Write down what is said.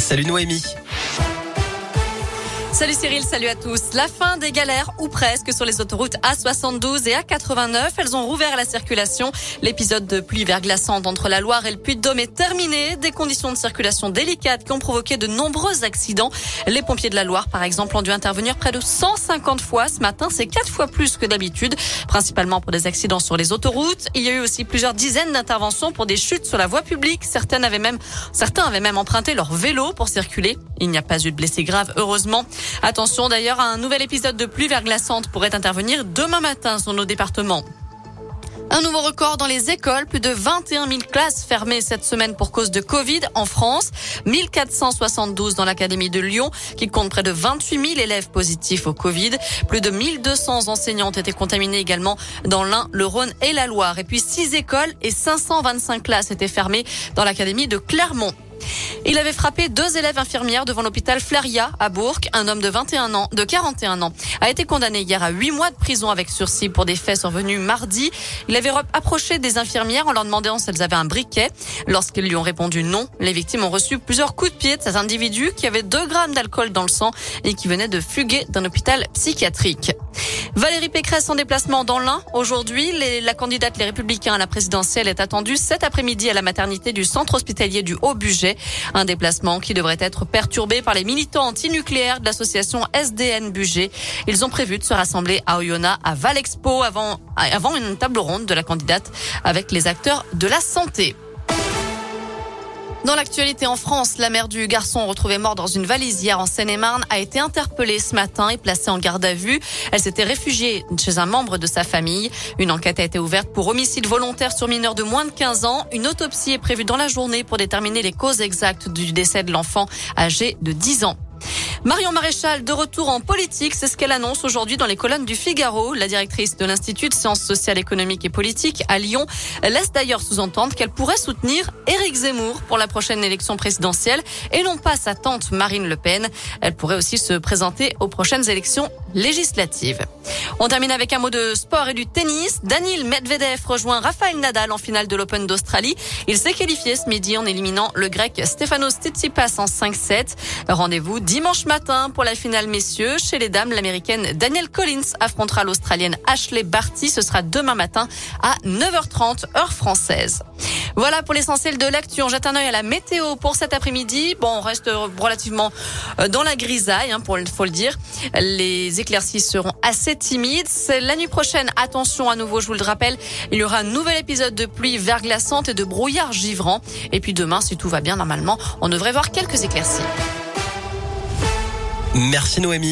Salut Noémie. Salut Cyril, salut à tous. La fin des galères, ou presque, sur les autoroutes A72 et A89. Elles ont rouvert la circulation. L'épisode de pluie verglaçante entre la Loire et le Puy-de-Dôme est terminé. Des conditions de circulation délicates qui ont provoqué de nombreux accidents. Les pompiers de la Loire, par exemple, ont dû intervenir près de 150 fois ce matin. C'est 4 fois plus que d'habitude, principalement pour des accidents sur les autoroutes. Il y a eu aussi plusieurs dizaines d'interventions pour des chutes sur la voie publique. Certains avaient même emprunté leur vélo pour circuler. Il n'y a pas eu de blessés graves, heureusement. Attention d'ailleurs, un nouvel épisode de pluie verglaçante pourrait intervenir demain matin sur nos départements. Un nouveau record dans les écoles, plus de 21 000 classes fermées cette semaine pour cause de Covid en France, 1472 dans l'académie de Lyon qui compte près de 28 000 élèves positifs au Covid. Plus de 1200 enseignants ont été contaminés également dans l'Ain, le Rhône et la Loire. Et puis 6 écoles et 525 classes étaient fermées dans l'académie de Clermont. Il avait frappé 2 élèves infirmières devant l'hôpital Flaria à Bourg. Un homme de 41 ans a été condamné hier à 8 mois de prison avec sursis pour des faits survenus mardi. Il avait approché des infirmières en leur demandant si elles avaient un briquet. Lorsqu'elles lui ont répondu non, les victimes ont reçu plusieurs coups de pied de cet individu qui avait 2 grammes d'alcool dans le sang et qui venait de fuguer d'un hôpital psychiatrique. Valérie Pécresse en déplacement dans l'Ain. Aujourd'hui, la candidate Les Républicains à la présidentielle est attendue cet après-midi à la maternité du centre hospitalier du Haut-Budget. Un déplacement qui devrait être perturbé par les militants anti-nucléaires de l'association SDN Budget. Ils ont prévu de se rassembler à Oyonnax, à Valexpo, avant une table ronde de la candidate avec les acteurs de la santé. Dans l'actualité en France, la mère du garçon retrouvé mort dans une valise hier en Seine-et-Marne a été interpellée ce matin et placée en garde à vue. Elle s'était réfugiée chez un membre de sa famille. Une enquête a été ouverte pour homicide volontaire sur mineur de moins de 15 ans. Une autopsie est prévue dans la journée pour déterminer les causes exactes du décès de l'enfant âgé de 10 ans. Marion Maréchal, de retour en politique, c'est ce qu'elle annonce aujourd'hui dans les colonnes du Figaro. La directrice de l'Institut de sciences sociales, économiques et politiques à Lyon laisse d'ailleurs sous-entendre qu'elle pourrait soutenir Éric Zemmour pour la prochaine élection présidentielle et non pas sa tante Marine Le Pen. Elle pourrait aussi se présenter aux prochaines élections législatives. On termine avec un mot de sport et du tennis. Daniil Medvedev rejoint Rafael Nadal en finale de l'Open d'Australie. Il s'est qualifié ce midi en éliminant le grec Stefanos Tsitsipas en 5-7. Rendez-vous dimanche matin pour la finale messieurs. Chez les dames, l'américaine Danielle Collins affrontera l'australienne Ashley Barty. Ce sera demain matin à 9h30 heure française. Voilà pour l'essentiel de l'actu. On jette un œil à la météo pour cet après-midi. Bon, on reste relativement dans la grisaille, faut le dire. Les éclaircies seront assez timides. C'est la nuit prochaine. Attention à nouveau, je vous le rappelle, il y aura un nouvel épisode de pluie verglaçante et de brouillard givrant. Et puis demain, si tout va bien, normalement, on devrait voir quelques éclaircies. Merci Noémie.